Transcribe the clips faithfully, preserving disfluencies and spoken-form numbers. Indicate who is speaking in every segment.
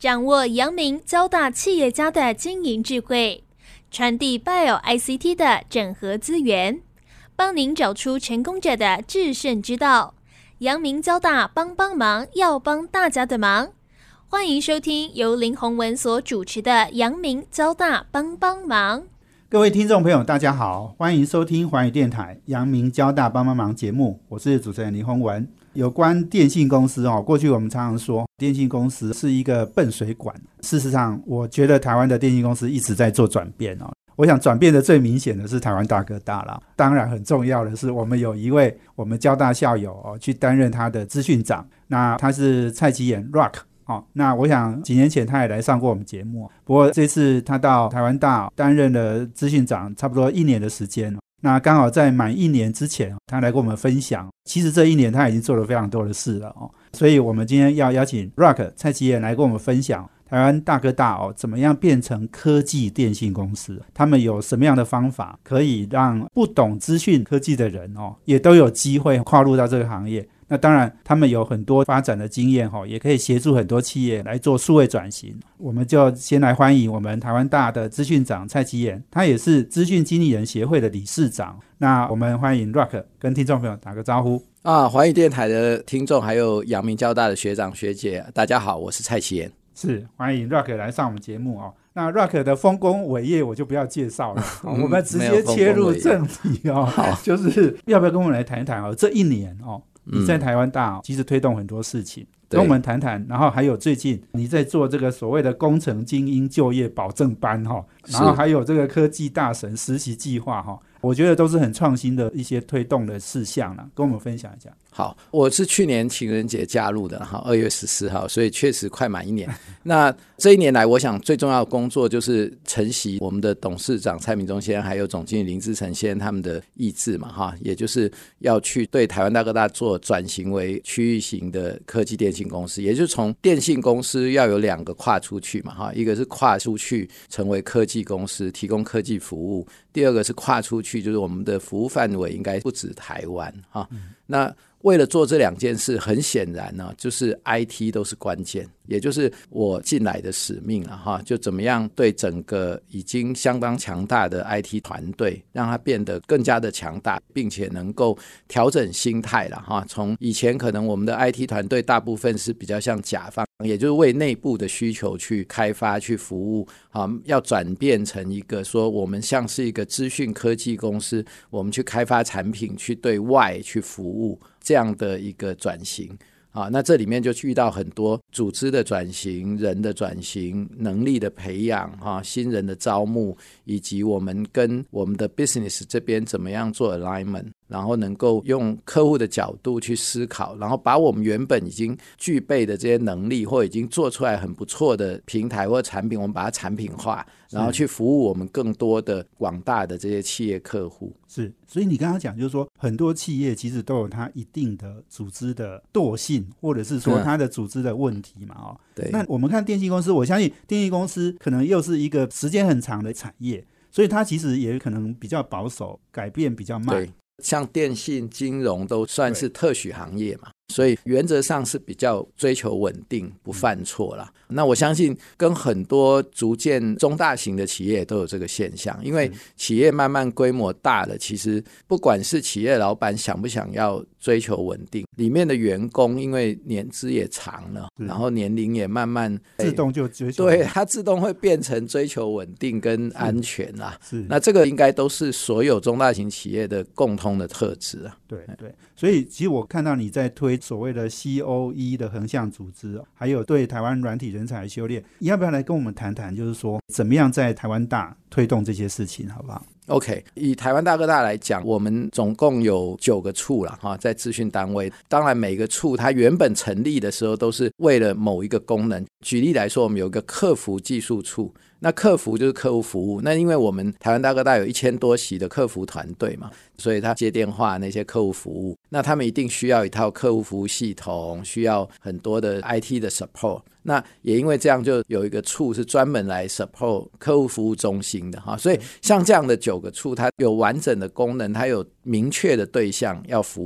Speaker 1: 掌握阳明交大企业家的经营智慧，传递 Bio I C T 的整合资源，帮您找出成功者的制胜之道。阳明交大帮帮忙，要帮大家的忙。欢迎收听由林宏文所主持的阳明交大帮帮忙。
Speaker 2: 各位听众朋友大家好，欢迎收听环宇电台阳明交大帮帮忙节目，我是主持人林宏文。有关电信公司哦，过去我们常常说电信公司是一个笨水管，事实上我觉得台湾的电信公司一直在做转变哦。我想转变的最明显的是台湾大哥大啦，当然很重要的是我们有一位我们交大校友哦，去担任他的资讯长，那他是蔡其衍 Rock哦，那我想几年前他也来上过我们节目，不过这次他到台湾大担任了资讯长差不多一年的时间，那刚好在满一年之前他来跟我们分享，其实这一年他已经做了非常多的事了哦，所以我们今天要邀请 Rock 蔡其衍来跟我们分享台湾大哥大哦，怎么样变成科技电信公司，他们有什么样的方法可以让不懂资讯科技的人哦，也都有机会跨入到这个行业。那当然他们有很多发展的经验，也可以协助很多企业来做数位转型。我们就先来欢迎我们台湾大的资讯长蔡其衍，他也是资讯经理人协会的理事长。那我们欢迎 Rock 跟听众朋友打个招呼。
Speaker 3: 啊，环宇电台的听众还有阳明交大的学长学姐大家好，我是蔡其衍。
Speaker 2: 是，欢迎 Rock 来上我们节目哦。那 Rock 的丰功伟业我就不要介绍了、哦、我们直接切入正题哦，就是要不要跟我们来谈一谈哦？这一年哦，你在台湾大、哦、其实推动很多事情，跟我们谈谈。然后还有最近你在做这个所谓的工程精英就业保证班、哦、然后还有这个科技大神实习计划、哦、我觉得都是很创新的一些推动的事项啦，跟我们分享一下。
Speaker 3: 好，我是去年情人节加入的，二月十四号，所以确实快满一年。那这一年来，我想最重要的工作就是承袭我们的董事长蔡明忠先生还有总经理林志成先生他们的意志嘛，哈，也就是要去对台湾大哥大做转型为区域型的科技电信公司，也就是从电信公司要有两个跨出去嘛，哈，一个是跨出去成为科技公司，提供科技服务；第二个是跨出去，就是我们的服务范围应该不止台湾哈、嗯。那为了做这两件事，很显然呢、啊，就是 I T 都是关键，也就是我进来的使命了哈，就怎么样对整个已经相当强大的 I T 团队，让它变得更加的强大，并且能够调整心态了哈。从以前可能我们的 I T 团队大部分是比较像甲方，也就是为内部的需求去开发、去服务啊，要转变成一个说我们像是一个资讯科技公司，我们去开发产品，去对外去服务。这样的一个转型啊，那这里面就遇到很多组织的转型、人的转型、能力的培养啊、新人的招募，以及我们跟我们的 business 这边怎么样做 alignment， 然后能够用客户的角度去思考，然后把我们原本已经具备的这些能力或已经做出来很不错的平台或产品，我们把它产品化，然后去服务我们更多的广大的这些企业客户。
Speaker 2: 是，所以你刚刚讲就是说很多企业其实都有它一定的组织的惰性，或者是说它的组织的问题嘛、哦、
Speaker 3: 对。
Speaker 2: 那我们看电信公司，我相信电信公司可能又是一个时间很长的产业，所以它其实也可能比较保守，改变比较慢。
Speaker 3: 对，像电信、金融都算是特许行业嘛，所以原则上是比较追求稳定不犯错啦。那我相信跟很多逐渐中大型的企业都有这个现象，因为企业慢慢规模大了，其实不管是企业老板想不想要追求稳定，里面的员工因为年资也长了，然后年龄也慢慢
Speaker 2: 自动就追求，
Speaker 3: 对，它自动会变成追求稳定跟安全啦。是，那这个应该都是所有中大型企业的共通的特质啊。
Speaker 2: 对对，所以其实我看到你在推所谓的 C O E 的横向组织，还有对台湾软体人才修炼，你要不要来跟我们谈谈，就是说怎么样在台湾大推动这些事情，好不好？
Speaker 3: OK， 以台湾大哥大来讲，我们总共有九个处啦，在资讯单位。当然每个处它原本成立的时候都是为了某一个功能。举例来说，我们有一个客服技术处，那客服就是客户服务，那因为我们台湾大哥大有一千多席的客服团队嘛，所以他接电话那些客户服务，那他们一定需要一套客户服务系统，需要很多的 I T 的 support。那也因为这样，就有一个处是专门来 support 客户服务中心的哈，所以像这样的九个处，它有完整的功能，它有明确的对象要服务。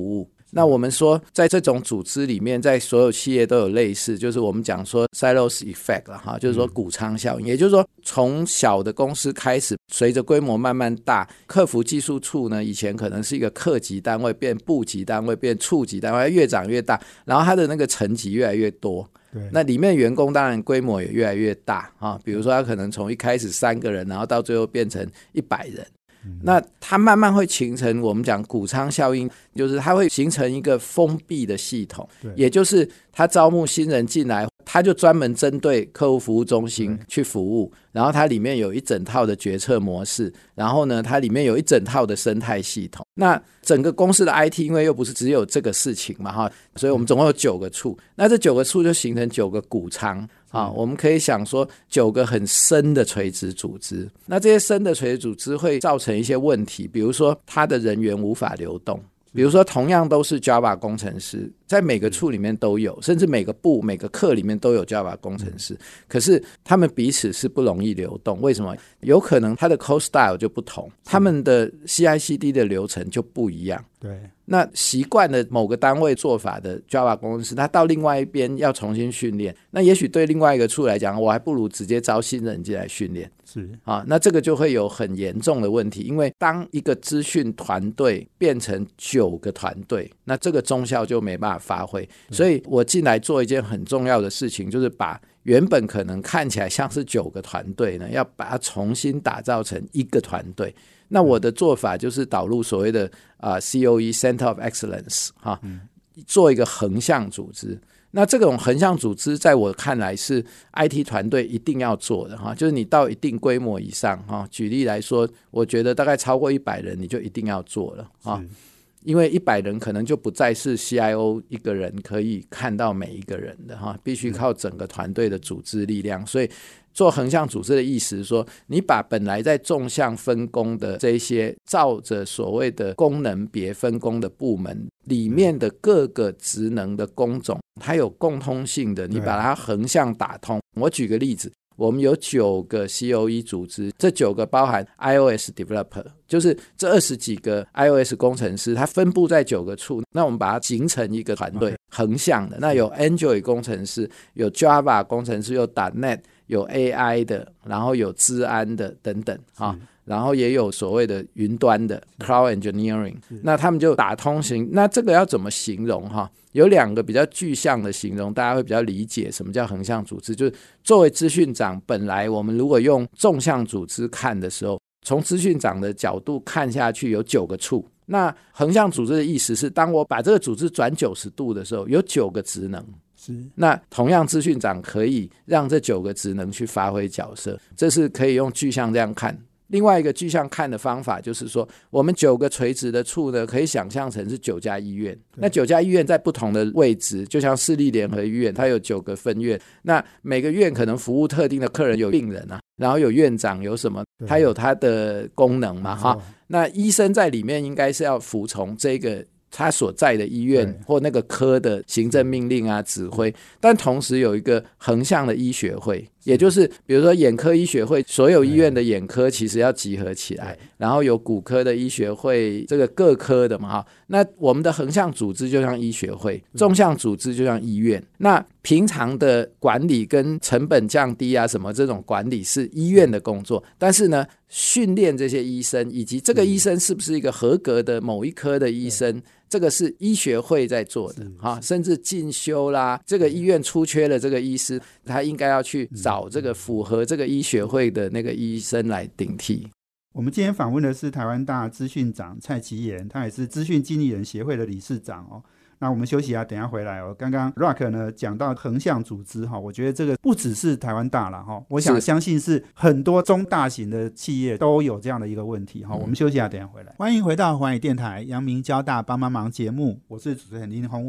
Speaker 3: 那我们说在这种组织里面，在所有企业都有类似，就是我们讲说 silos effect 啦哈，就是说谷仓效应、嗯、也就是说从小的公司开始，随着规模慢慢大，客服技术处呢以前可能是一个客级单位，变部级单位，变处级单位，越长越大，然后它的那个层级越来越多，那里面员工当然规模也越来越大啊，比如说他可能从一开始三个人，然后到最后变成一百人、嗯、那它慢慢会形成我们讲谷仓效应，就是它会形成一个封闭的系统，也就是他招募新人进来，他就专门针对客户服务中心去服务，然后它里面有一整套的决策模式，然后呢它里面有一整套的生态系统。那整个公司的 I T 因为又不是只有这个事情嘛哈，所以我们总共有九个处，那这九个处就形成九个谷仓啊，我们可以想说九个很深的垂直组织。那这些深的垂直组织会造成一些问题，比如说它的人员无法流动，比如说同样都是 Java 工程师，在每个处里面都有，甚至每个部每个课里面都有 Java 工程师，可是他们彼此是不容易流动。为什么？有可能他的 code style 就不同，他们的 C I C D 的流程就不一样。对，那习惯了某个单位做法的 Java 工程师，他到另外一边要重新训练，那也许对另外一个处来讲，我还不如直接招新人进来训练。是啊，那这个就会有很严重的问题，因为当一个资讯团队变成九个团队，那这个中效就没办法发挥。所以我进来做一件很重要的事情，就是把原本可能看起来像是九个团队呢，要把它重新打造成一个团队。那我的做法就是导入所谓的、呃、C O E Center of Excellence 哈、嗯，做一个横向组织。那这种横向组织在我看来是 I T 团队一定要做的哈，就是你到一定规模以上哈，举例来说，我觉得大概超过一百人你就一定要做了哈，因为一百人可能就不再是 C I O 一个人可以看到每一个人的哈，必须靠整个团队的组织力量。所以做横向组织的意思是说，你把本来在纵向分工的这些照着所谓的功能别分工的部门里面的各个职能的工种，它有共通性的，你把它横向打通。我举个例子，我们有九个 C O E 组织，这九个包含 iOS developer， 就是这二十几个 iOS 工程师，它分布在九个处，那我们把它形成一个团队，横向的。那有 Android 工程师，有 Java 工程师，有 .NET， 有 A I 的，然后有资安的等等啊，然后也有所谓的云端的 Cloud Engineering， 那他们就打通型。那这个要怎么形容哈？有两个比较具象的形容，大家会比较理解什么叫横向组织。就是作为资讯长，本来我们如果用纵向组织看的时候，从资讯长的角度看下去有九个处，那横向组织的意思是，当我把这个组织转九十度的时候，有九个职能，那同样资讯长可以让这九个职能去发挥角色，这是可以用具象这样看。另外一个具象看的方法就是说，我们九个垂直的处呢，可以想象成是九家医院，那九家医院在不同的位置，就像市立联合医院，它有九个分院，那每个院可能服务特定的客人，有病人啊，然后有院长，有什么，它有它的功能嘛哈。那医生在里面应该是要服从这个他所在的医院或那个科的行政命令啊指挥，但同时有一个横向的医学会，也就是比如说眼科医学会，所有医院的眼科其实要集合起来，然后有骨科的医学会，这个各科的嘛，那我们的横向组织就像医学会，纵向组织就像医院。那平常的管理跟成本降低啊什么这种管理是医院的工作，但是呢训练这些医生，以及这个医生是不是一个合格的某一科的医生，这个是医学会在做的哈，甚至进修啦，这个医院出缺了这个医师，他应该要去找这个符合这个医学会的那个医生来顶替。
Speaker 2: 我们今天访问的是台湾大资讯长蔡其言，他也是资讯经理人协会的理事长哦。那我们休息一下，等一下回来哦。刚刚 Rock 呢讲到横向组织哈，我觉得这个不只是台湾大啦哈，我想相信是很多中大型的企业都有这样的一个问题哈。我们休息一下，等一下回来。欢迎回到寰宇电台阳明交大帮帮忙节目，我是主持人林宏文。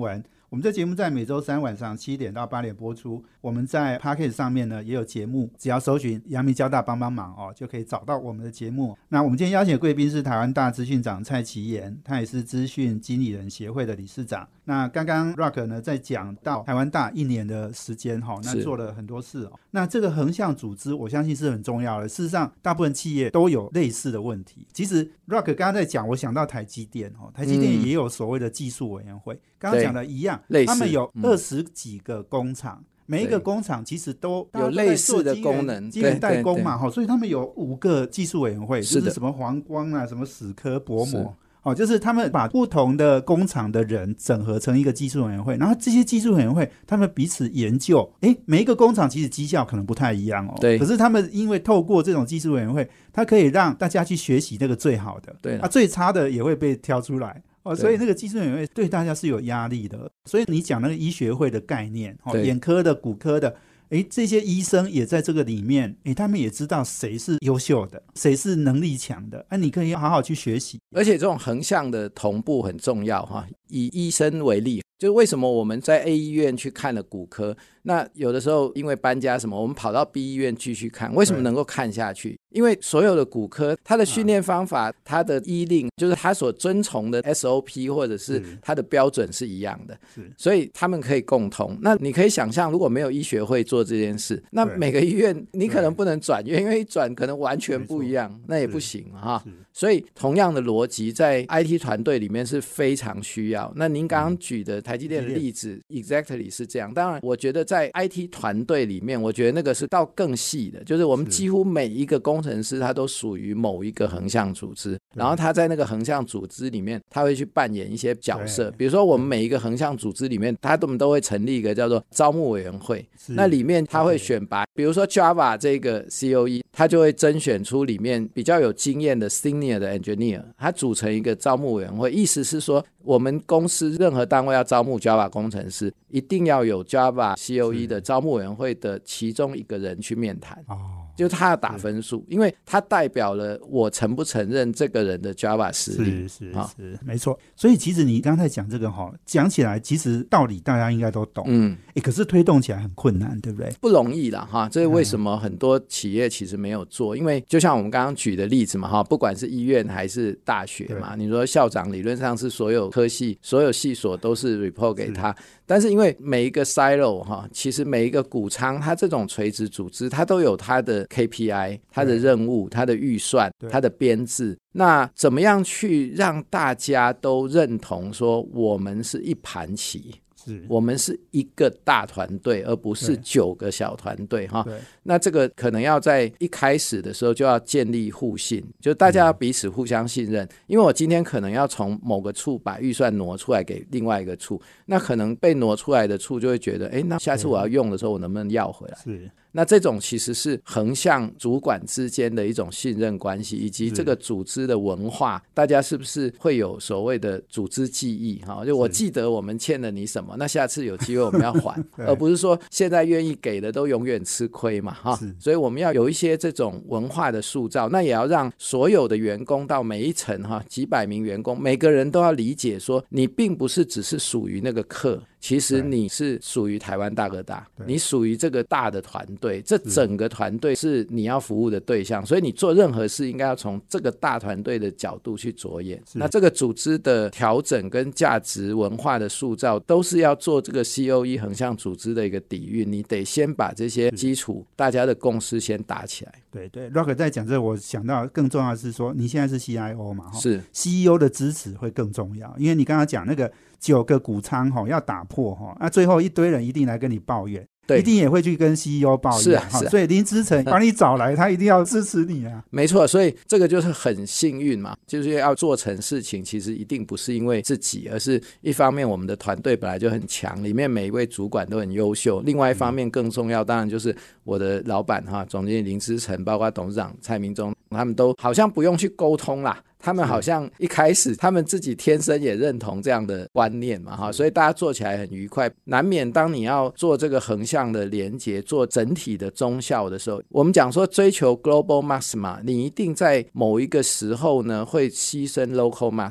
Speaker 2: 我们这节目在每周三晚上七点到八点播出，我们在 Podcast 上面呢也有节目，只要搜寻阳明交大帮帮忙哦，就可以找到我们的节目。那我们今天邀请的贵宾是台湾大资讯长蔡其言，他也是资讯经理人协会的理事长。那刚刚 Rock 呢在讲到台湾大一年的时间、哦、那做了很多事、哦、那这个横向组织我相信是很重要的，事实上大部分企业都有类似的问题。其实 Rock 刚刚在讲，我想到台积电、哦、台积电也有所谓的技术委员会、嗯、刚刚讲的一样，他们有二十几个工厂、嗯，每一个工厂其实都
Speaker 3: 有类似的功能，
Speaker 2: 晶圆代工嘛，所以他们有五个技术委员会，就是什么黄光啊，什么史科、薄膜，哦，就是他们把不同的工厂的人整合成一个技术委员会，然后这些技术委员会他们彼此研究，诶，每一个工厂其实绩效可能不太一样哦，对，可是他们因为透过这种技术委员会，它可以让大家去学习那个最好的，对，啊，最差的也会被挑出来。哦，所以那个技术委员会对大家是有压力的，所以你讲那个医学会的概念，哦，眼科的、骨科的，诶，这些医生也在这个里面，诶，他们也知道谁是优秀的，谁是能力强的，啊，你可以好好去学习。
Speaker 3: 而且这种横向的同步很重要哈。以医生为例，就是为什么我们在 A 医院去看了骨科，那有的时候因为搬家什么，我们跑到 B 医院继续看，为什么能够看下去？因为所有的骨科它的训练方法、它的医令，就是它所遵从的 S O P 或者是它的标准是一样的，所以他们可以共同。那你可以想象，如果没有医学会做这件事，那每个医院你可能不能转院，因为一转可能完全不一样，那也不行哈。所以同样的逻辑在 I T 团队里面是非常需要。那您刚刚举的台积电的例子 exactly 是这样。当然我觉得在 I T 团队里面，我觉得那个是到更细的，就是我们几乎每一个工程师他都属于某一个横向组织，然后他在那个横向组织里面他会去扮演一些角色，比如说我们每一个横向组织里面他们都会成立一个叫做招募委员会，那里面他会选拔，比如说 Java 这个 C O E 他就会甄选出里面比较有经验的 senior 的 engineer， 他组成一个招募委员会，意思是说我们公司任何单位要招募 Java 工程师，一定要有 Java C O E 的招募委员会的其中一个人去面谈，就是他要打分数，因为他代表了我承不承认这个人的 Java 实力。是是
Speaker 2: 是，没错。所以其实你刚才讲这个讲起来其实道理大家应该都懂，嗯，可是推动起来很困难，对不对？
Speaker 3: 不容易啦哈，这是为什么很多企业其实没有做，因为就像我们刚刚举的例子嘛哈，不管是医院还是大学嘛，你说校长理论上是所有科系所有系所都是 report 给他，但是因为每一个 silo 哈，其实每一个谷仓它这种垂直组织它都有它的 K P I， 它的任务，它的预算，它的编制，那怎么样去让大家都认同说我们是一盘棋，我们是一个大团队而不是九个小团队哈。那这个可能要在一开始的时候就要建立互信，就大家要彼此互相信任，因为我今天可能要从某个处把预算挪出来给另外一个处，那可能被挪出来的处就会觉得诶，那下次我要用的时候我能不能要回来，是那这种其实是横向主管之间的一种信任关系，以及这个组织的文化，大家是不是会有所谓的组织记忆，就我记得我们欠了你什么，那下次有机会我们要还而不是说现在愿意给的都永远吃亏嘛，所以我们要有一些这种文化的塑造，那也要让所有的员工到每一层几百名员工，每个人都要理解说你并不是只是属于那个课，其实你是属于台湾大哥大，你属于这个大的团队，这整个团队是你要服务的对象，所以你做任何事应该要从这个大团队的角度去着眼。那这个组织的调整跟价值文化的塑造都是要做这个 C O E 横向组织的一个底蕴，你得先把这些基础大家的共识先打起来。
Speaker 2: 对对 Rock 在讲这个，我想到更重要的是说你现在是 C I O 嘛，是 C E O 的支持会更重要，因为你刚刚讲那个九个谷仓要打破，那最后一堆人一定来跟你抱怨，一定也会去跟 C E O 抱怨，是啊是啊，所以林资诚把你找来他一定要支持你啊。
Speaker 3: 没错，所以这个就是很幸运嘛，就是要做成事情其实一定不是因为自己，而是一方面我们的团队本来就很强，里面每一位主管都很优秀，另外一方面更重要当然就是我的老板哈，总经理林资诚，包括董事长蔡明忠，他们都好像不用去沟通啦，他们好像一开始他们自己天生也认同这样的观念嘛哈，所以大家做起来很愉快。难免当你要做这个横向的连结，做整体的中效的时候，我们讲说追求 global mass 嘛，你一定在某一个时候呢会牺牲 local mass 嘛，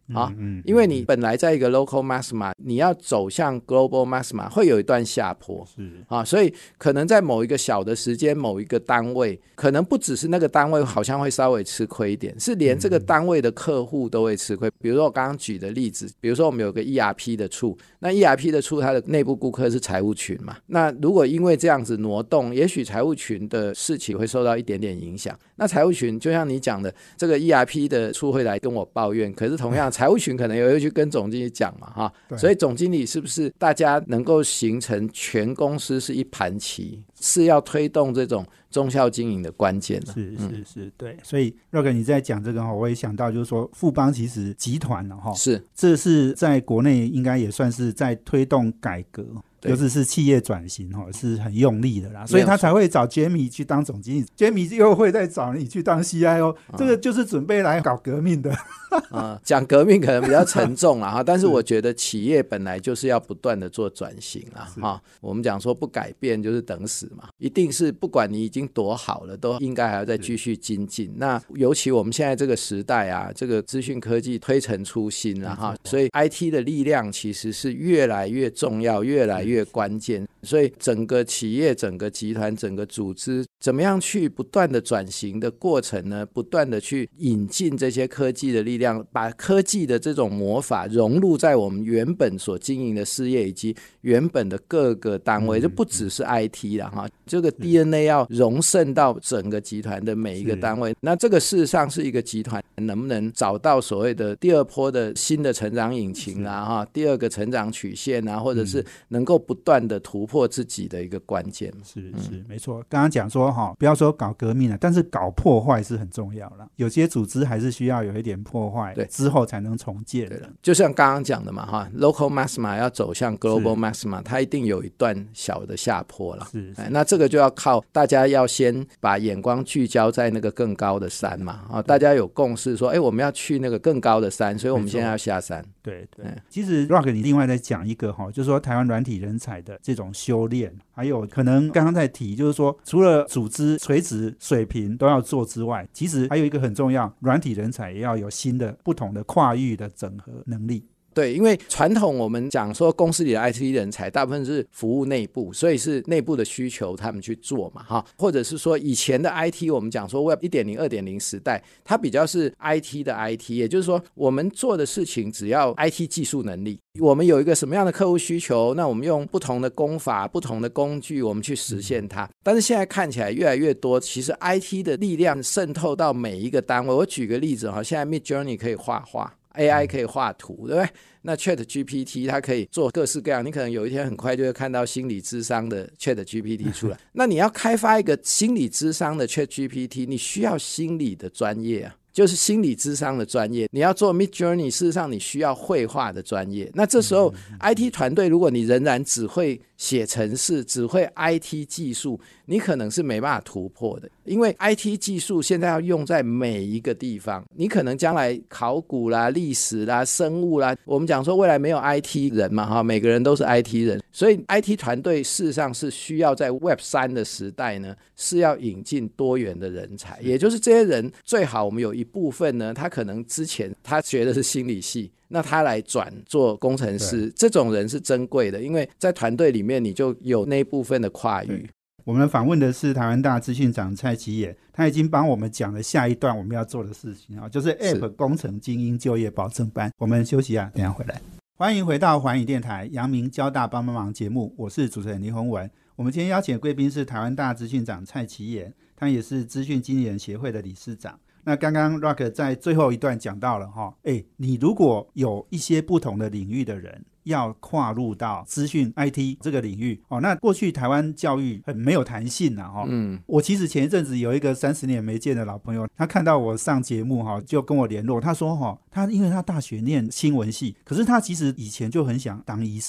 Speaker 3: 啊，
Speaker 2: 嗯嗯、
Speaker 3: 因为你本来在一个 local maxima， 你要走向 global maxima 会有一段下坡，
Speaker 2: 是
Speaker 3: 啊，所以可能在某一个小的时间，某一个单位，可能不只是那个单位好像会稍微吃亏一点，是连这个单位的客户都会吃亏。比如说我刚刚举的例子，比如说我们有个 E R P 的处，那 E R P 的处它的内部顾客是财务群嘛，那如果因为这样子挪动，也许财务群的事情会受到一点点影响。那财务群就像你讲的，这个 E R P 的处会来跟我抱怨，可是同样财务群可能也会去跟总经理讲嘛，哈，所以总经理是不是大家能够形成全公司是一盘棋，是要推动这种中效经营的关键呢？
Speaker 2: 是是是，对。所以 Rock 你在讲这个，我也想到就是说富邦其实集团是这是在国内应该也算是在推动改革，尤其是企业转型是很用力的啦，所以他才会找 Jamie 去当总经理， Jamie 又会再找你去当 C I O， 这个就是准备来搞革命的。
Speaker 3: 啊、讲革命可能比较沉重啦，但是我觉得企业本来就是要不断的做转型啦，哈，我们讲说不改变就是等死嘛，一定是不管你已经多好了，都应该还要再继续精进。那尤其我们现在这个时代啊，这个资讯科技推陈出新了哈，所以 I T 的力量其实是越来越重要，越来越关键。所以整个企业、整个集团、整个组织怎么样去不断的转型的过程呢？不断的去引进这些科技的力量，把科技的这种魔法融入在我们原本所经营的事业以及原本的各个单位，就不只是 I T 啦哈，这个 D N A 要融渗到整个集团的每一个单位。那这个事实上是一个集团能不能找到所谓的第二波的新的成长引擎啊哈，第二个成长曲线啊，或者是能够不断的突破自己的一个关键。
Speaker 2: 是是、嗯、没错，刚刚讲说不要说搞革命了，但是搞破坏是很重要了，有些组织还是需要有一点破坏，对，之后才能重建的。
Speaker 3: 就像刚刚讲的嘛哈 ，local maxima 要走向 global maxima， 它一定有一段小的下坡了。是是，那这个就要靠大家要先把眼光聚焦在那个更高的山嘛，啊，大家有共识说，哎，我们要去那个更高的山，所以我们现在要下山。
Speaker 2: 对对，其实 Rock 你另外再讲一个哈，就是说台湾软体人才的这种修炼，还有可能刚刚在提，就是说除了组织垂直水平都要做之外，其实还有一个很重要，软体人才也要有新的不同的跨域的整合能力。
Speaker 3: 对，因为传统我们讲说公司里的 I T 人才大部分是服务内部，所以是内部的需求他们去做嘛哈，或者是说以前的 I T 我们讲说 Web 一点零 二点零 时代，它比较是 I T 的 I T， 也就是说我们做的事情只要 I T 技术能力，我们有一个什么样的客户需求，那我们用不同的工法不同的工具我们去实现它。但是现在看起来越来越多，其实 I T 的力量渗透到每一个单位。我举个例子哈，现在 Midjourney 可以画画， A I 可以画图，对不对？那 Chat G P T 它可以做各式各样，你可能有一天很快就会看到心理諮商的 Chat G P T 出来。那你要开发一个心理諮商的 Chat G P T， 你需要心理的专业啊，就是心理諮商的专业。你要做 Midjourney， 事实上你需要绘画的专业。那这时候 I T 团队如果你仍然只会写程式，只会 I T 技术，你可能是没办法突破的，因为 I T 技术现在要用在每一个地方，你可能将来考古啦、历史啦、生物啦，我们讲说未来没有 I T 人嘛，每个人都是 I T 人，所以 I T 团队事实上是需要在 Web 三 的时代呢，是要引进多元的人才，也就是这些人最好我们有一部分呢，他可能之前他学的是心理系，那他来转做工程师，这种人是珍贵的，因为在团队里面你就有那部分的跨域。
Speaker 2: 我们访问的是台湾大资讯长蔡其野，他已经帮我们讲了下一段我们要做的事情，就是 App 工程精英就业保证班。我们休息啊，等一下回来。欢迎回到环宇电台阳明交大帮帮忙节目，我是主持人林宏文。我们今天邀请的贵宾是台湾大资讯长蔡其野，他也是资讯经理人协会的理事长。那刚刚 Rock 在最后一段讲到了哈，哎，你如果有一些不同的领域的人要跨入到资讯 I T 这个领域哦，那过去台湾教育很没有弹性啊哈。嗯，我其实前一阵子有一个三十年没见的老朋友，他看到我上节目哈，就跟我联络，他说哈，他因为他大学念新闻系，可是他其实以前就很想当医生，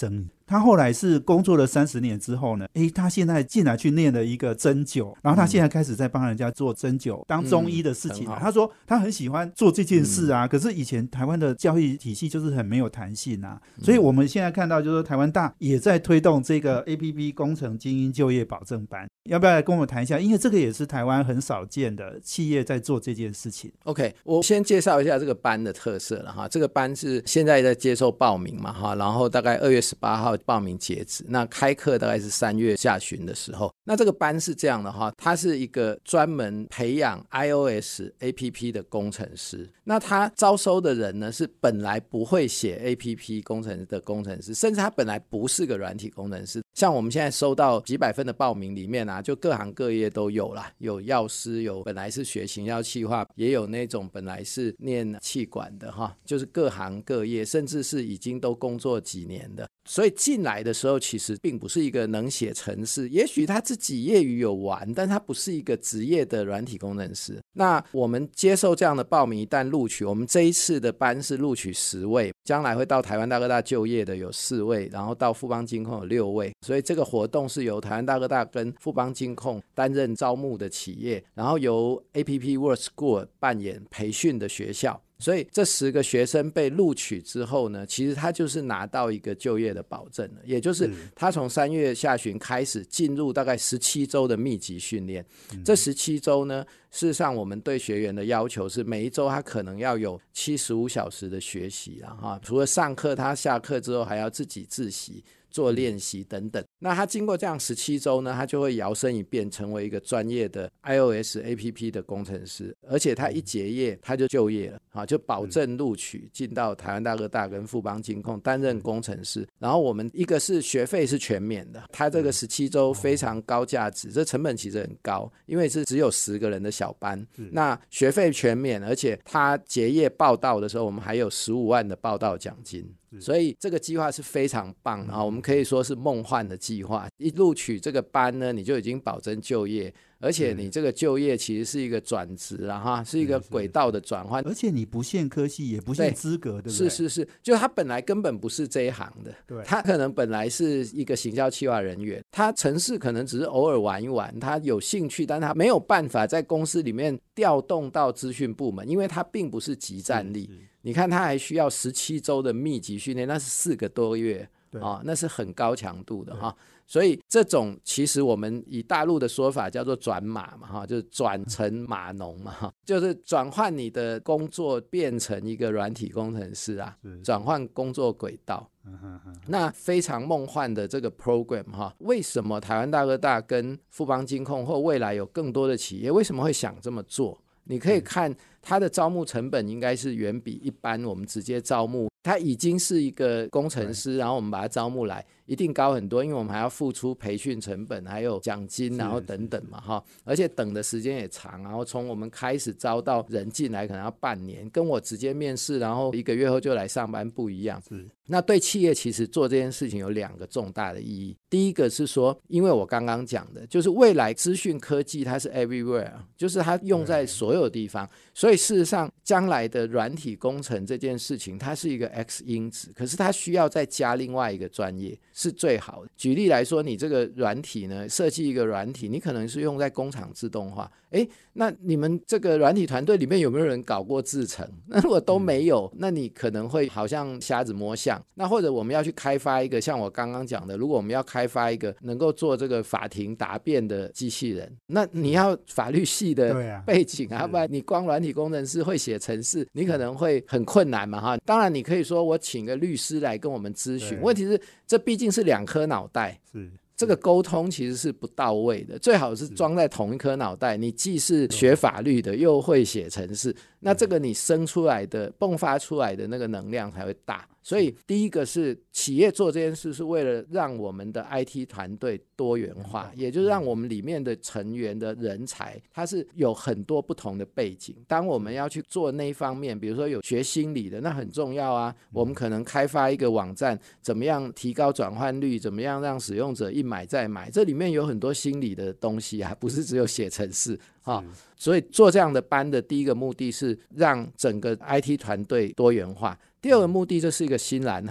Speaker 2: 他后来是工作了三十年之后呢，诶，他现在进来去念了一个针灸，然后他现在开始在帮人家做针灸、嗯、当中医的事情、啊嗯、他说他很喜欢做这件事啊、嗯、可是以前台湾的教育体系就是很没有弹性啊、嗯、所以我们现在看到就是台湾大也在推动这个 A P P 工程精英就业保证班，要不要来跟我们谈一下？因为这个也是台湾很少见的企业在做这件事情。
Speaker 3: OK， 我先介绍一下这个班的特色了哈。这个班是现在在接受报名嘛哈，然后大概二月十八号报名截止，那开课大概是三月下旬的时候。那这个班是这样的哈，它是一个专门培养 iOS A P P 的工程师，那他招收的人呢是本来不会写 A P P 工程的工程师，甚至他本来不是个软体工程师。像我们现在收到几百份的报名里面啊，就各行各业都有啦，有药师，有本来是学行销企划，也有那种本来是念企管的哈，就是各行各业，甚至是已经都工作几年的。所以进来的时候其实并不是一个能写程式，也许他自己业余有玩，但他不是一个职业的软体工程师。那我们接受这样的报名，一旦录取，我们这一次的班是录取十位，将来会到台湾大哥大就业的有四位，然后到富邦金控有六位，所以这个活动是由台湾大哥大跟富邦金控担任招募的企业，然后由 A P P World School 扮演培训的学校。所以这十个学生被录取之后呢，其实他就是拿到一个就业的保证了，也就是他从三月下旬开始进入大概十七周的密集训练、嗯、这十七周呢，事实上我们对学员的要求是每一周他可能要有七十五小时的学习啦哈，除了上课他下课之后还要自己自习做练习等等。那他经过这样十七周呢，他就会摇身一变成为一个专业的 iOS A P P 的工程师，而且他一结业他就就业了，就保证录取进到台湾大哥大跟富邦金控担任工程师。然后我们一个是学费是全免的，他这个十七周非常高价值，这成本其实很高，因为是只有十个人的小班，那学费全免，而且他结业报到的时候我们还有十五万的报到奖金，所以这个计划是非常棒的，我们可以说是梦幻的计划。一录取这个班呢，你就已经保证就业，而且你这个就业其实是一个转职啦哈，是一个轨道的转换，
Speaker 2: 而且你不限科系也不限资格， 对, 对不
Speaker 3: 是
Speaker 2: 对？
Speaker 3: 是是，就他本来根本不是这一行的，对，他可能本来是一个行销企划人员，他程式可能只是偶尔玩一玩，他有兴趣，但他没有办法在公司里面调动到资讯部门，因为他并不是即战力。你看他还需要十七周的密集训练，那是四个多月、哦、那是很高强度的哈。所以这种其实我们以大陆的说法叫做转码嘛哈，就是转成码农嘛哈，就是转换你的工作变成一个软体工程师啊，转换工作轨道。那非常梦幻的这个 program 哈，为什么台湾大哥大跟富邦金控或未来有更多的企业为什么会想这么做？你可以看它的招募成本应该是远比一般我们直接招募，他已经是一个工程师，然后我们把他招募来一定高很多，因为我们还要付出培训成本还有奖金然后等等嘛哈，而且等的时间也长，然后从我们开始招到人进来可能要半年，跟我直接面试然后一个月后就来上班不一样。那对企业其实做这件事情有两个重大的意义，第一个是说因为我刚刚讲的就是未来资讯科技它是 everywhere， 就是它用在所有地方，所以事实上将来的软体工程这件事情它是一个 X 因子，可是它需要再加另外一个专业是最好的。举例来说，你这个软体呢，设计一个软体，你可能是用在工厂自动化，诶，那你们这个软体团队里面有没有人搞过制程？那如果都没有，那你可能会好像瞎子摸象。那或者我们要去开发一个像我刚刚讲的，如果我们要开发一个能够做这个法庭答辩的机器人，那你要法律系的背景 啊, 啊不然你光软体工程师会写程式你可能会很困难嘛哈。当然你可以说我请个律师来跟我们咨询，问题是这毕竟是两颗脑袋，是这个沟通其实是不到位的，最好是装在同一颗脑袋，你既是学法律的又会写程式，那这个你生出来的迸发出来的那个能量才会大。所以第一个是企业做这件事是为了让我们的 I T 团队多元化，也就是让我们里面的成员的人才他是有很多不同的背景，当我们要去做那一方面，比如说有学心理的那很重要啊，我们可能开发一个网站怎么样提高转换率，怎么样让使用者一买再买，这里面有很多心理的东西啊，不是只有写程式啊。所以做这样的班的第一个目的是让整个 I T 团队多元化，第二个目的这是一个新蓝海，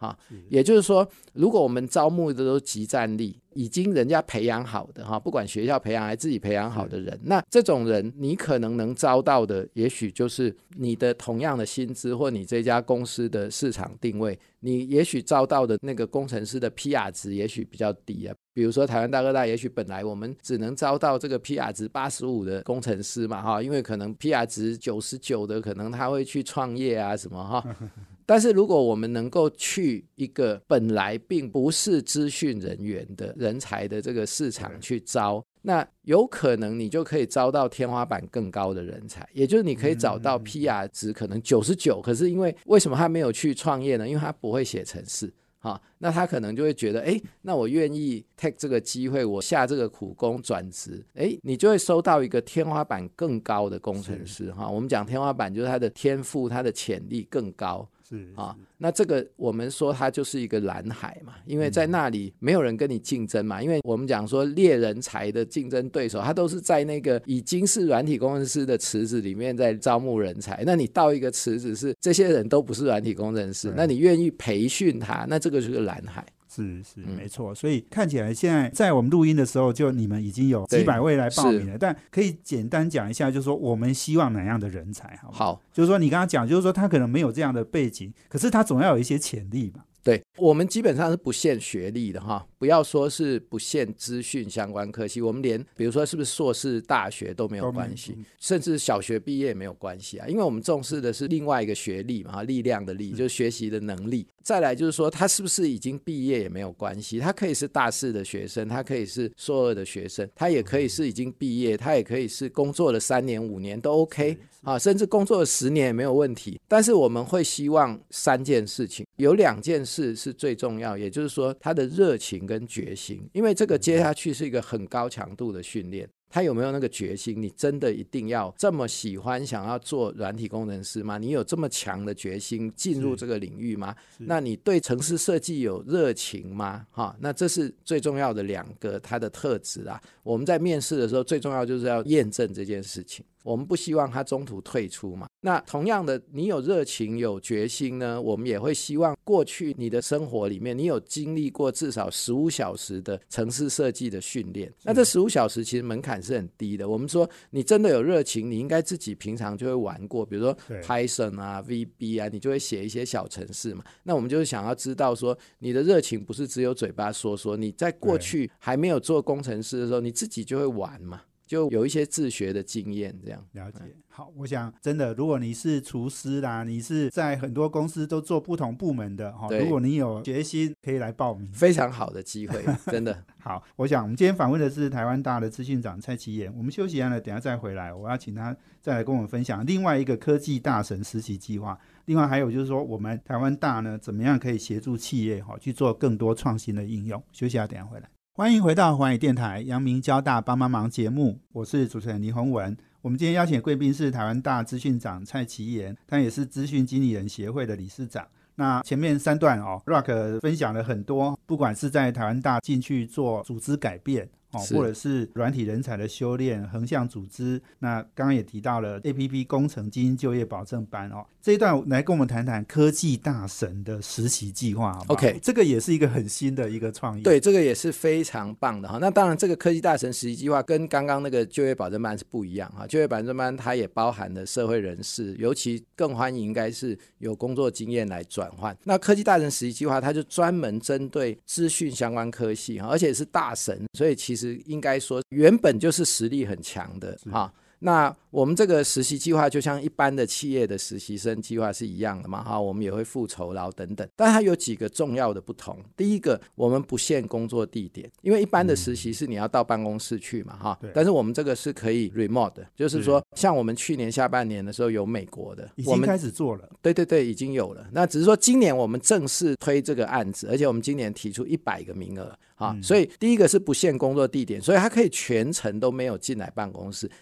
Speaker 3: 哈，也就是说，如果我们招募的都是即战力，已经人家培养好的哈，不管学校培养还是自己培养好的人，那这种人你可能能招到的，也许就是你的同样的薪资或你这家公司的市场定位，你也许招到的那个工程师的 P R 值也许比较低啊。比如说台湾大哥大，也许本来我们只能招到这个 P R 值八十五的工程师嘛哈，因为可能 P R 值九十九的，可能他会去创业啊什么哈。但是如果我们能够去一个本来并不是资讯人员的人才的这个市场去招，那有可能你就可以招到天花板更高的人才，也就是你可以找到 P R 值可能九十九，可是因为为什么他没有去创业呢？因为他不会写程式。好，那他可能就会觉得，哎，那我愿意 take 这个机会，我下这个苦功转职，哎，你就会收到一个天花板更高的工程师哈。我们讲天花板就是他的天赋，他的潜力更高。是啊，那这个我们说它就是一个蓝海嘛，因为在那里没有人跟你竞争嘛，因为我们讲说猎人才的竞争对手，他都是在那个已经是软体工程师的池子里面在招募人才，那你到一个池子是这些人都不是软体工程师，那你愿意培训他，那这个就是个蓝海。
Speaker 2: 是是、嗯、没错，所以看起来现在在我们录音的时候，就你们已经有几百位来报名了，但可以简单讲一下，就是说我们希望哪样的人才，好不好？好，就是说你刚刚讲，就是说他可能没有这样的背景，可是他总要有一些潜力嘛。
Speaker 3: 对，我们基本上是不限学历的哈，不要说是不限资讯相关科系，我们连比如说是不是硕士大学都没有关系，甚至小学毕业也没有关系啊，因为我们重视的是另外一个学历嘛，力量的力就是学习的能力。再来就是说他是不是已经毕业也没有关系，他可以是大四的学生，他可以是硕二的学生，他也可以是已经毕业，他也可以是工作了三年五年都 OK 啊，甚至工作了十年也没有问题。但是我们会希望三件事情，有两件事是最重要，也就是说他的热情跟决心，因为这个接下去是一个很高强度的训练。他有没有那个决心？你真的一定要这么喜欢想要做软体工程师吗？你有这么强的决心进入这个领域吗？那你对程式设计有热情吗？哈，那这是最重要的两个他的特质啊。我们在面试的时候最重要就是要验证这件事情，我们不希望他中途退出嘛。那同样的，你有热情有决心呢，我们也会希望过去你的生活里面你有经历过至少十五小时的程式设计的训练，那这十五小时其实门槛是很低的。我们说你真的有热情，你应该自己平常就会玩过，比如说 Python 啊 V B 啊，你就会写一些小程式嘛。那我们就是想要知道说你的热情不是只有嘴巴说说，你在过去还没有做工程师的时候你自己就会玩嘛，就有一些自学的经验这样。
Speaker 2: 了解。好，我想真的如果你是厨师啦，你是在很多公司都做不同部门的，如果你有决心可以来报名，
Speaker 3: 非常好的机会真的。
Speaker 2: 好，我想我们今天访问的是台湾大的资讯长蔡其妍，我们休息一下呢，等一下再回来我要请他再来跟我们分享另外一个科技大神实习计划，另外还有就是说我们台湾大呢怎么样可以协助企业去做更多创新的应用。休息一下等一下回来。欢迎回到寰宇电台阳明交大帮帮忙节目，我是主持人倪宏文。我们今天邀请的贵宾是台湾大资讯长蔡其妍，他也是资讯经理人协会的理事长。那前面三段哦 Rock 分享了很多，不管是在台湾大进去做组织改变哦，或者是软体人才的修炼、横向组织，那刚刚也提到了 A P P 工程精英就业保证班哦。这一段来跟我们谈谈科技大神的实习计划好不好 ？OK， 这个也是一个很新的一个创意。
Speaker 3: 对，这个也是非常棒的哈。那当然，这个科技大神实习计划跟刚刚那个就业保证班是不一样哈。就业保证班它也包含了社会人士，尤其更欢迎应该是有工作经验来转换。那科技大神实习计划它就专门针对资讯相关科系，而且是大神，所以其实应该说原本就是实力很强的哈。那我们这个实习计划就像一般的企业的实习生计划是一样的嘛哈，我们也会付酬劳等等，但它有几个重要的不同。第一个，我们不限工作地点，因为一般的实习是你要到办公室去嘛哈、嗯，但是我们这个是可以 remote 的，就是说像我们去年下半年的时候有美国的，
Speaker 2: 已经开始做了，
Speaker 3: 对对对，已经有了。那只是说今年我们正式推这个案子，而且我们今年提出一百个名额啊、嗯，所以第一个是不限工作地点，所以他可以全程都没有进来办公室，他可以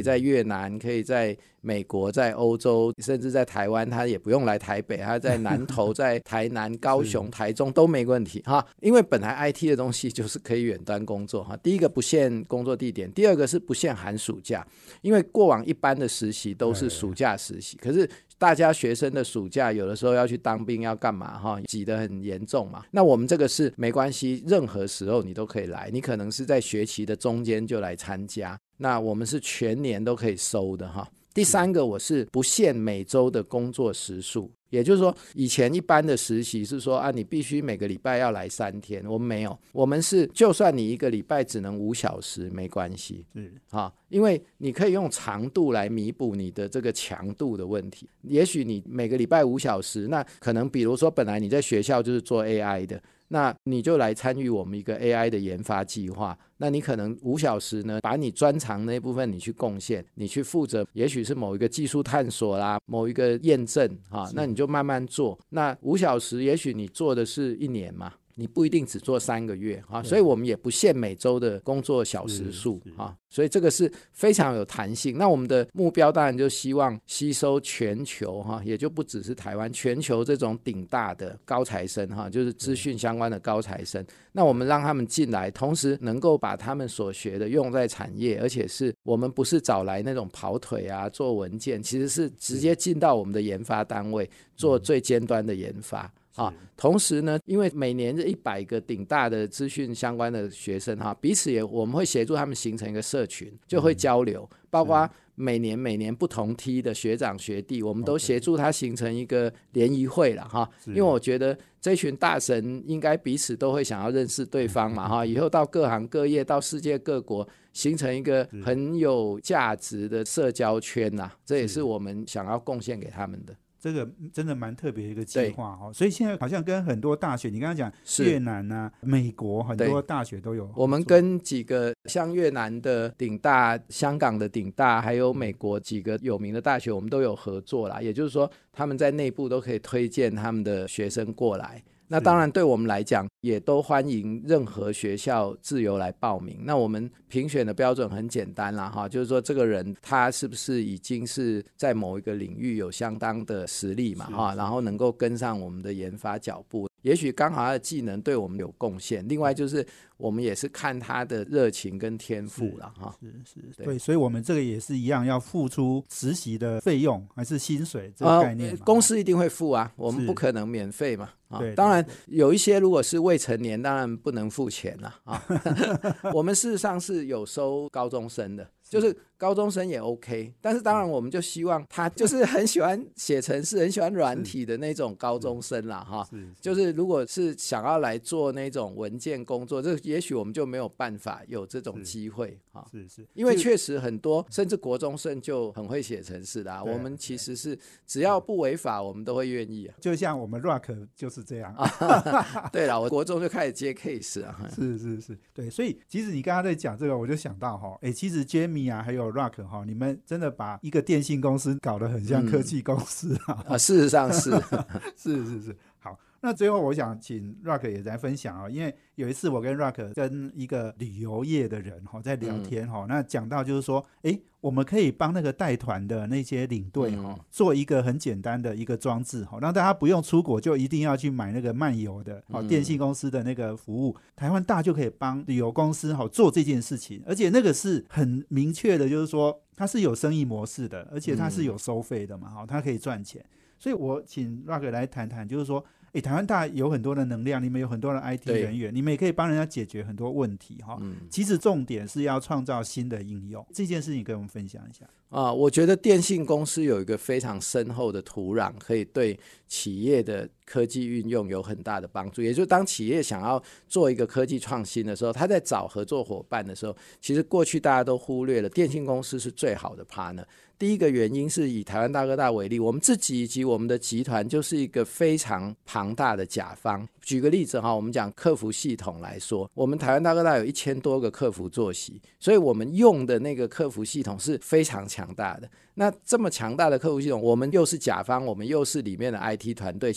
Speaker 3: 以在越南，可以在美国，在欧洲，甚至在台湾，他也不用来台北，他在南投在台南高雄台中都没问题哈。因为本来 I T 的东西就是可以远端工作哈。第一个不限工作地点，第二个是不限寒暑假，因为过往一般的实习都是暑假实习，可是大家学生的暑假有的时候要去当兵要干嘛哈，挤得很严重嘛。那我们这个是没关系，任何时候你都可以来，你可能是在学期的中间就来参加，那我们是全年都可以收的哈。第三个，我是不限每周的工作时数，也就是说以前一般的实习是说啊，你必须每个礼拜要来三天，我们没有，我们是就算你一个礼拜只能五小时没关系，是啊，因为你可以用长度来弥补你的这个强度的问题。也许你每个礼拜五小时，那可能比如说本来你在学校就是做 A I 的，那你就来参与我们一个 A I 的研发计划，那你可能五小时呢，把你专长那部分你去贡献，你去负责，也许是某一个技术探索啦，某一个验证啊，那你就慢慢做。那五小时，也许你做的是一年嘛，你不一定只做三个月啊，所以我们也不限每周的工作小时数啊，所以这个是非常有弹性。那我们的目标当然就希望吸收全球哈，也就不只是台湾，全球这种顶大的高材生哈，就是资讯相关的高材生。那我们让他们进来，同时能够把他们所学的用在产业，而且是我们不是找来那种跑腿啊做文件，其实是直接进到我们的研发单位做最尖端的研发。啊，同时呢，因为每年这一百个顶大的资讯相关的学生哈，彼此也我们会协助他们形成一个社群，就会交流，嗯、包括每年每年不同梯的学长学弟，我们都协助他形成一个联谊会了哈。因为我觉得这群大神应该彼此都会想要认识对方嘛哈，以后到各行各业，到世界各国，形成一个很有价值的社交圈呐，这也是我们想要贡献给他们的。
Speaker 2: 这个真的蛮特别的一个计划哦，所以现在好像跟很多大学，你刚刚讲越南啊、美国很多大学都有。
Speaker 3: 我们跟几个像越南的顶大、香港的顶大，还有美国几个有名的大学，我们都有合作啦。也就是说，他们在内部都可以推荐他们的学生过来。那当然对我们来讲也都欢迎任何学校自由来报名。那我们评选的标准很简单啦哈，就是说这个人他是不是已经是在某一个领域有相当的实力嘛哈，然后能够跟上我们的研发脚步，也许刚好他的技能对我们有贡献，另外就是我们也是看他的热情跟天赋啦哈。
Speaker 2: 是是是 对, 对，所以我们这个也是一样要付出实习的费用还是薪水这个概念、呃、
Speaker 3: 公司一定会付啊，我们不可能免费嘛。啊、当然有一些如果是未成年当然不能付钱啦啊。我们事实上是有收高中生的，就是高中生也 OK， 但是当然我们就希望他就是很喜欢写程式很喜欢软体的那种高中生啦哈，就是如果是想要来做那种文件工作，这也许我们就没有办法有这种机会哈。是是，因为确实很多甚至国中生就很会写程式的、啊、我们其实是只要不违法我们都会愿意、啊、
Speaker 2: 就像我们 Rock 就是这样
Speaker 3: 对啦，我国中就开始接 case 啊。
Speaker 2: 是是是，对，所以其实你刚刚在讲这个我就想到哈，哎，其实 Jamie 啊还有 Rock 哈，你们真的把一个电信公司搞得很像科技公司啊、
Speaker 3: 嗯、啊事实上是
Speaker 2: 是是是。好，那最后我想请 Rock 也来分享啊，因为有一次我跟 Rock 跟一个旅游业的人在聊天、嗯、那讲到就是说哎，我们可以帮那个带团的那些领队、嗯、做一个很简单的一个装置，让大家不用出国就一定要去买那个漫游的、嗯、电信公司的那个服务，台湾大就可以帮旅游公司做这件事情，而且那个是很明确的，就是说它是有生意模式的，而且它是有收费的嘛，它可以赚钱。所以我请 Rock 来谈谈，就是说诶，台湾大有很多的能量，你们有很多的 I T 人员，你们也可以帮人家解决很多问题、嗯、其实重点是要创造新的应用，这件事情跟我们分享一下
Speaker 3: 啊。我觉得电信公司有一个非常深厚的土壤，可以对企业的科技运用有很大的帮助。也就是当企业想要做一个科技创新的时候，他在找合作伙伴的时候，其实过去大家都忽略了电信公司是最好的 partner。第一个原因是以台湾大哥大为例，我们自己以及我们的集团就是一个非常庞大的甲方。举个例子哈，我们讲客服系统来说，我们台湾大哥大有一千多个客服坐席，所以我们用的那个客服系统是非常强大的。那这么强大的客服系统，我们又是甲方，我们又是里面的 I T 团队，其实我们很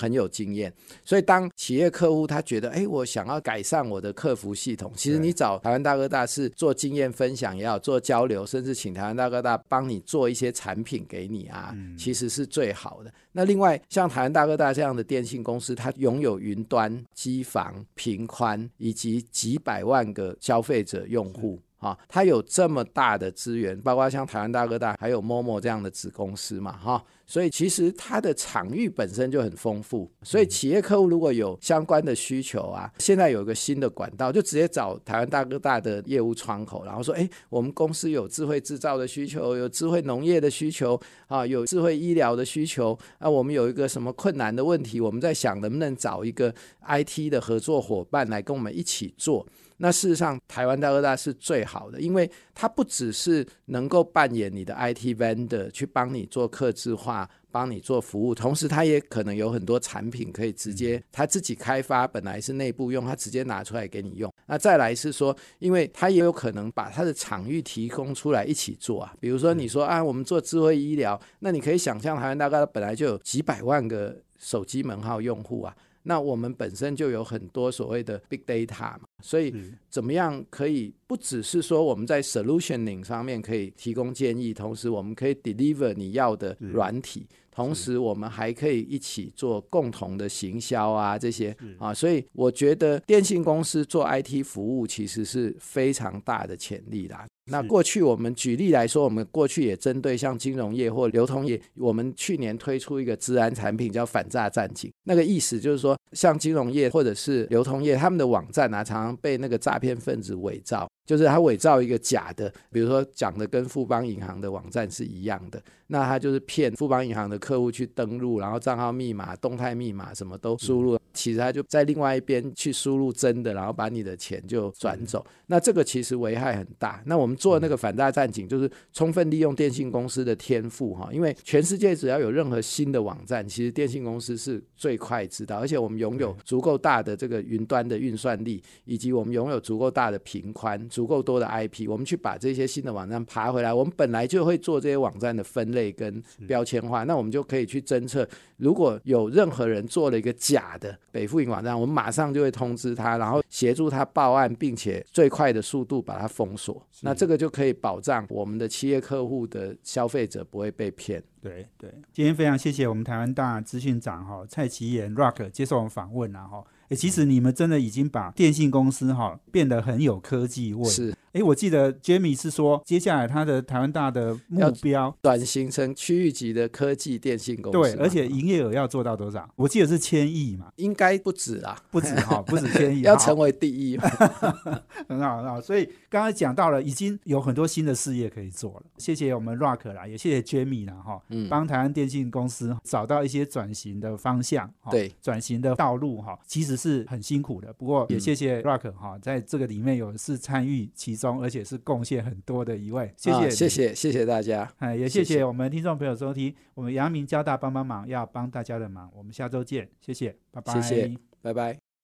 Speaker 3: 很有经验。所以当企业客户他觉得哎，我想要改善我的客服系统，其实你找台湾大哥大是做经验分享也好，做交流，甚至请台湾大哥大帮你做一些产品给你啊、嗯、其实是最好的。那另外像台湾大哥大这样的电信公司，它拥有云端、机房、频宽以及几百万个消费者用户啊，它有这么大的资源，包括像台湾大哥大还有 Momo 这样的子公司嘛哈，所以其实它的场域本身就很丰富。所以企业客户如果有相关的需求啊，现在有一个新的管道，就直接找台湾大哥大的业务窗口，然后说哎，我们公司有智慧制造的需求，有智慧农业的需求啊，有智慧医疗的需求啊，我们有一个什么困难的问题，我们在想能不能找一个 I T 的合作伙伴来跟我们一起做。那事实上台湾大哥大是最好的，因为它不只是能够扮演你的 I T vendor 去帮你做客制化，帮你做服务，同时它也可能有很多产品可以直接它自己开发，本来是内部用，它直接拿出来给你用。那再来是说，因为它也有可能把它的场域提供出来一起做啊，比如说你说啊，我们做智慧医疗，那你可以想象台湾大哥大本来就有几百万个手机门号用户啊，那我们本身就有很多所谓的 big data 嘛，所以怎么样可以不只是说我们在 solutioning 上面可以提供建议，同时我们可以 deliver 你要的软体，同时我们还可以一起做共同的行销啊这些啊，所以我觉得电信公司做 I T 服务其实是非常大的潜力啦。那过去我们举例来说，我们过去也针对像金融业或流通业，我们去年推出一个资安产品叫反诈战警，那个意思就是说像金融业或者是流通业，他们的网站啊常常被那个诈骗分子伪造，就是他伪造一个假的，比如说讲的跟富邦银行的网站是一样的，那他就是骗富邦银行的客户去登录，然后账号密码、动态密码什么都输入，其实他就在另外一边去输入真的，然后把你的钱就转走，那这个其实危害很大。那我们做那个反诈战警就是充分利用电信公司的天赋，因为全世界只要有任何新的网站，其实电信公司是最快知道，而且我们拥有足够大的这个云端的运算力，以及我们拥有足够大的频宽，足够多的 I P， 我们去把这些新的网站爬回来，我们本来就会做这些网站的分类跟标签化，那我们就可以去侦测，如果有任何人做了一个假的北富银网站，我们马上就会通知他，然后协助他报案，并且最快的速度把它封锁，那这个就可以保障我们的企业客户的消费者不会被骗。
Speaker 2: 对对，今天非常谢谢我们台湾大资讯长、哦、蔡其言 Rock 接受我们访问、啊哦欸、其实你们真的已经把电信公司、哦、变得很有科技味。
Speaker 3: 是，
Speaker 2: 欸、我记得 Jamie 是说接下来他的台湾大的目标
Speaker 3: 转型成区域级的科技电信公司。
Speaker 2: 对，而且营业额要做到多少？我记得是千亿嘛。
Speaker 3: 应该不止啦，
Speaker 2: 不止哈，不止千亿
Speaker 3: 要成为第一
Speaker 2: 很好很好。所以刚才讲到了已经有很多新的事业可以做了，谢谢我们 Rock 啦，也谢谢 Jamie 啦哈，嗯，帮台湾电信公司找到一些转型的方向，对，转型的道路哈，其实是很辛苦的，不过也谢谢 Rock 哈，在这个里面有是参与其中，而且是贡献很多的一位，谢谢、啊、
Speaker 3: 谢谢谢谢大家，
Speaker 2: 哎，也谢谢我们听众朋友收听，我们阳明交大帮帮忙要帮大家的忙，我们下周见，谢谢，拜拜，
Speaker 3: 谢谢，拜拜。